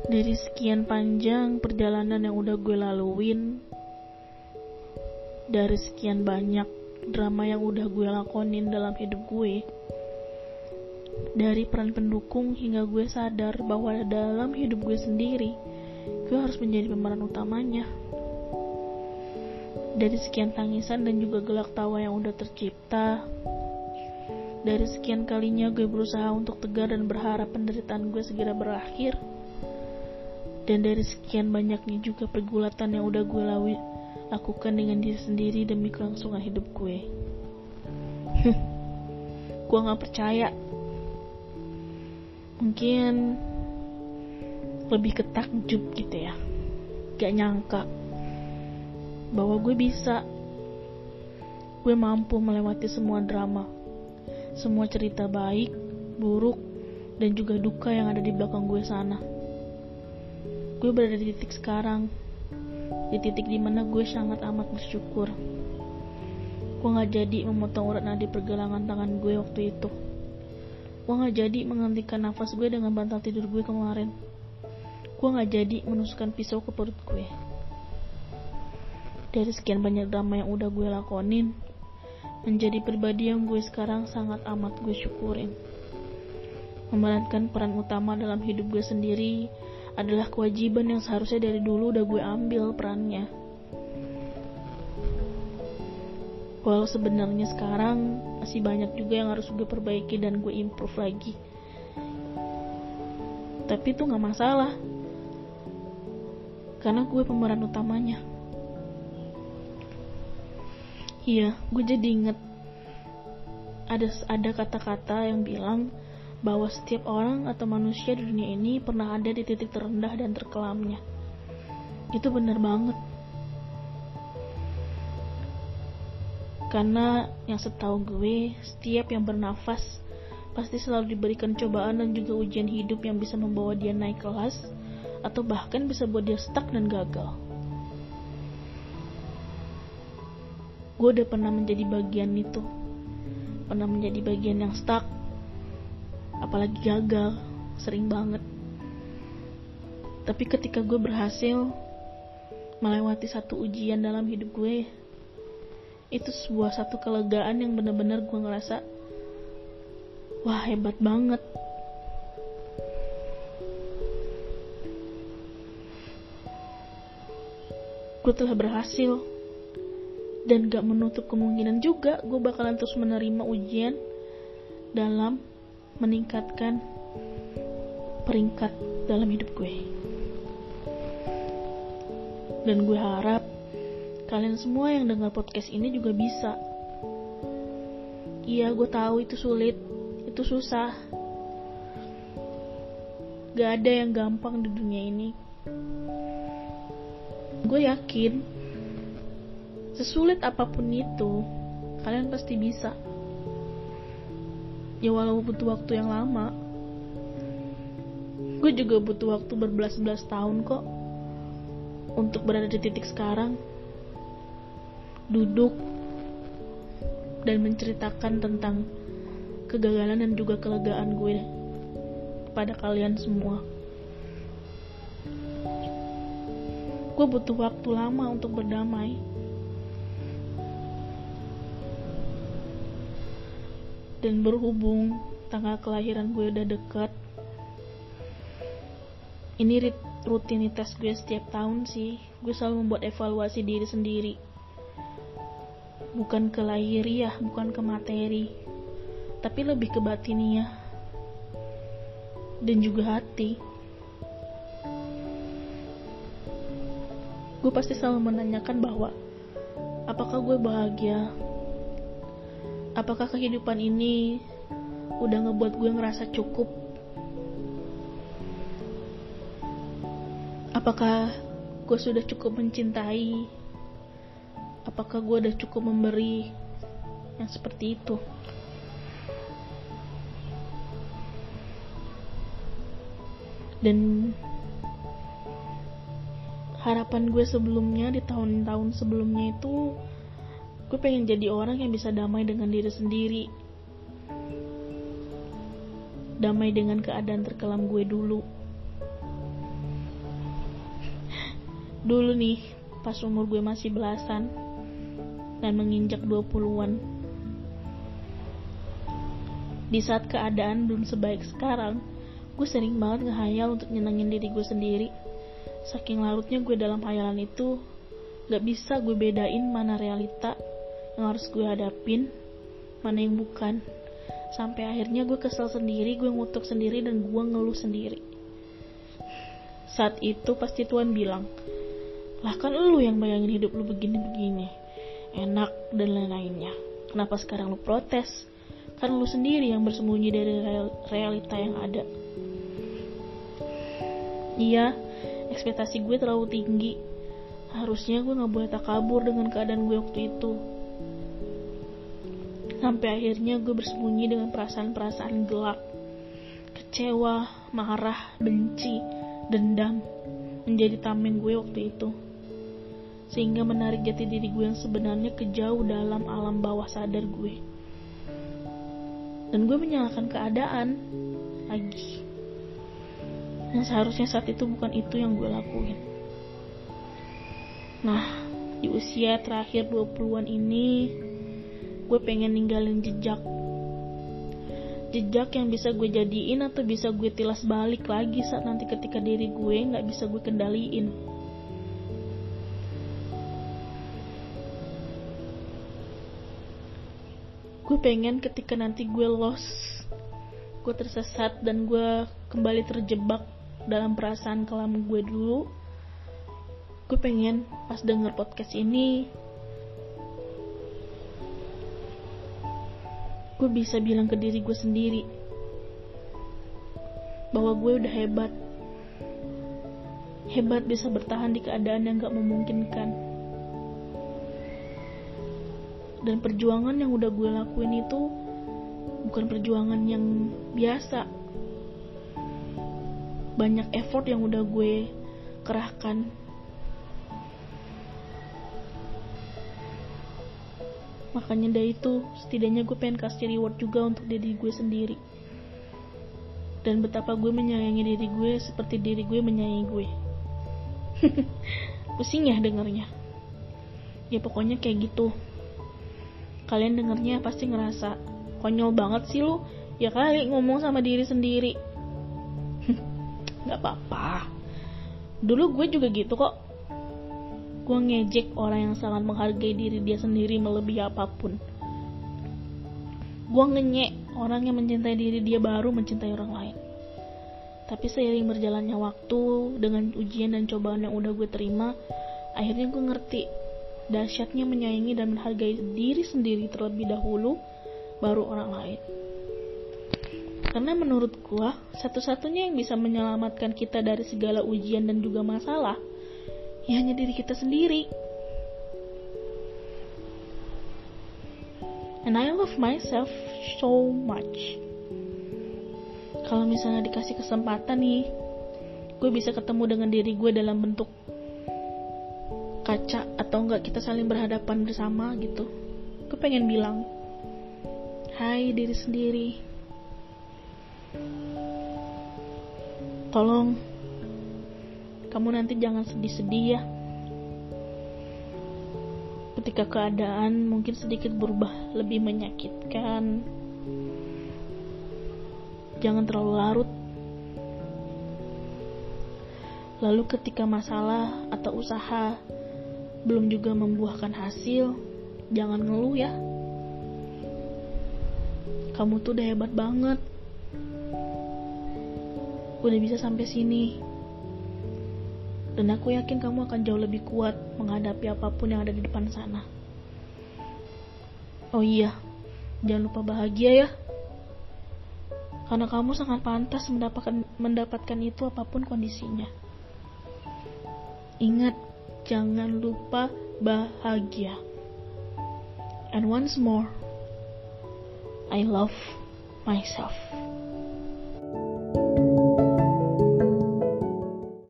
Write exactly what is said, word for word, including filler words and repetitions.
Dari sekian panjang perjalanan yang udah gue laluin, dari sekian banyak drama yang udah gue lakonin dalam hidup gue, dari peran pendukung hingga gue sadar bahwa dalam hidup gue sendiri, gue harus menjadi pemeran utamanya. Dari sekian tangisan dan juga gelak tawa yang udah tercipta, dari sekian kalinya gue berusaha untuk tegar dan berharap penderitaan gue segera berakhir, dan dari sekian banyaknya juga pergulatan yang udah gue lawi, lakukan dengan diri sendiri demi kelangsungan hidup gue. Gue gak percaya. Mungkin lebih ke takjub gitu ya. Gak nyangka bahwa gue bisa, gue mampu melewati semua drama, semua cerita baik, buruk, dan juga duka yang ada di belakang gue sana. Gue berada di titik sekarang, di titik dimana gue sangat amat bersyukur. Gue gak jadi memotong urat nadi pergelangan tangan gue waktu itu. Gue gak jadi menghentikan nafas gue dengan bantal tidur gue kemarin. Gue gak jadi menusukkan pisau ke perut gue. Dari sekian banyak drama yang udah gue lakonin, menjadi pribadi yang gue sekarang sangat amat gue syukurin. Memerankan peran utama dalam hidup gue sendiri adalah kewajiban yang seharusnya dari dulu udah gue ambil perannya. Walau sebenarnya sekarang masih banyak juga yang harus gue perbaiki dan gue improve lagi. Tapi itu gak masalah, karena gue pemeran utamanya. Iya, gue jadi inget ada ada kata-kata yang bilang bahwa setiap orang atau manusia di dunia ini pernah ada di titik terendah dan terkelamnya. Itu benar banget. Karena yang setahu gue, setiap yang bernafas pasti selalu diberikan cobaan dan juga ujian hidup yang bisa membawa dia naik kelas, atau bahkan bisa buat dia stuck dan gagal. Gue udah pernah menjadi bagian itu, pernah menjadi bagian yang stuck, apalagi gagal, sering banget. Tapi ketika gue berhasil melewati satu ujian dalam hidup gue, itu sebuah satu kelegaan yang benar-benar gue ngerasa, wah hebat banget. Gue telah berhasil, dan gak menutup kemungkinan juga gue bakalan terus menerima ujian dalam meningkatkan peringkat dalam hidup gue. Dan gue harap kalian semua yang dengar podcast ini juga bisa. Iya, gue tahu itu sulit, itu susah. Gak ada yang gampang di dunia ini. Gue yakin sesulit apapun itu, kalian pasti bisa. Ya walau butuh waktu yang lama. Gue juga butuh waktu berbelas-belas tahun kok untuk berada di titik sekarang. Duduk dan menceritakan tentang kegagalan dan juga kelegaan gue kepada kalian semua. Gue butuh waktu lama untuk berdamai. Dan berhubung tanggal kelahiran gue udah dekat, ini rutinitas gue setiap tahun sih. Gue selalu membuat evaluasi diri sendiri, bukan ke lahiriah, bukan ke materi, tapi lebih ke batiniah dan juga hati. Gue pasti selalu menanyakan bahwa apakah gue bahagia? Apakah kehidupan ini udah ngebuat gue ngerasa cukup? Apakah gue sudah cukup mencintai? Apakah gue udah cukup memberi? Yang seperti itu. Dan harapan gue sebelumnya, di tahun-tahun sebelumnya itu, gue pengen jadi orang yang bisa damai dengan diri sendiri, damai dengan keadaan terkelam gue dulu. Dulu nih, pas umur gue masih belasan dan menginjak dua puluhan, di saat keadaan belum sebaik sekarang, gue sering banget ngehayal untuk nyenengin diri gue sendiri. Saking larutnya gue dalam hayalan itu, gak bisa gue bedain mana realita yang harus gue hadapin, mana yang bukan. Sampai akhirnya gue kesel sendiri, gue ngutuk sendiri, dan gue ngeluh sendiri. Saat itu pasti Tuhan bilang, lah kan lu yang bayangin hidup lu begini-begini, enak dan lain-lainnya. Kenapa sekarang lu protes? Kan lu sendiri yang bersembunyi dari realita yang ada. Iya, ekspektasi gue terlalu tinggi. Harusnya gue gak boleh takabur dengan keadaan gue waktu itu. Sampai akhirnya gue bersembunyi dengan perasaan-perasaan gelap, kecewa, marah, benci, dendam menjadi tameng gue waktu itu, sehingga menarik jati diri gue yang sebenarnya ke jauh dalam alam bawah sadar gue. Dan gue menyalahkan keadaan lagi, yang seharusnya saat itu bukan itu yang gue lakuin. Nah, di usia terakhir dua puluhan ini, gue pengen ninggalin jejak. Jejak yang bisa gue jadiin atau bisa gue tilas balik lagi saat nanti ketika diri gue gak bisa gue kendaliin. Gue pengen ketika nanti gue lost, gue tersesat dan gue kembali terjebak dalam perasaan kelam gue dulu, gue pengen pas denger podcast ini, gue bisa bilang ke diri gue sendiri bahwa gue udah hebat. Hebat bisa bertahan di keadaan yang gak memungkinkan. Dan perjuangan yang udah gue lakuin itu bukan perjuangan yang biasa. Banyak effort yang udah gue kerahkan. Makanya dari itu, setidaknya gue pengen kasih reward juga untuk diri gue sendiri. Dan betapa gue menyayangi diri gue seperti diri gue menyayangi gue. Pusing ya dengernya. Ya pokoknya kayak gitu. Kalian dengernya pasti ngerasa konyol banget sih lu. Ya kali ngomong sama diri sendiri. Gak apa-apa. Dulu gue juga gitu kok. Gue ngejek orang yang sangat menghargai diri dia sendiri melebihi apapun. Gue ngenyek orang yang mencintai diri dia baru mencintai orang lain. Tapi seiring berjalannya waktu, dengan ujian dan cobaan yang udah gue terima, akhirnya gue ngerti dahsyatnya menyayangi dan menghargai diri sendiri terlebih dahulu, baru orang lain. Karena menurut gue, satu-satunya yang bisa menyelamatkan kita dari segala ujian dan juga masalah, ya hanya diri kita sendiri. And I love myself so much. Kalau misalnya dikasih kesempatan nih, gue bisa ketemu dengan diri gue dalam bentuk kaca atau enggak kita saling berhadapan bersama gitu, gue pengen bilang, hai diri sendiri, tolong kamu nanti jangan sedih-sedih ya. Ketika keadaan mungkin sedikit berubah lebih menyakitkan, jangan terlalu larut. Lalu ketika masalah atau usaha belum juga membuahkan hasil, jangan ngeluh ya. Kamu tuh udah hebat banget, udah bisa sampai sini. Dan aku yakin kamu akan jauh lebih kuat menghadapi apapun yang ada di depan sana. Oh iya, jangan lupa bahagia ya. Karena kamu sangat pantas mendapatkan mendapatkan itu apapun kondisinya. Ingat, jangan lupa bahagia. And once more, I love myself.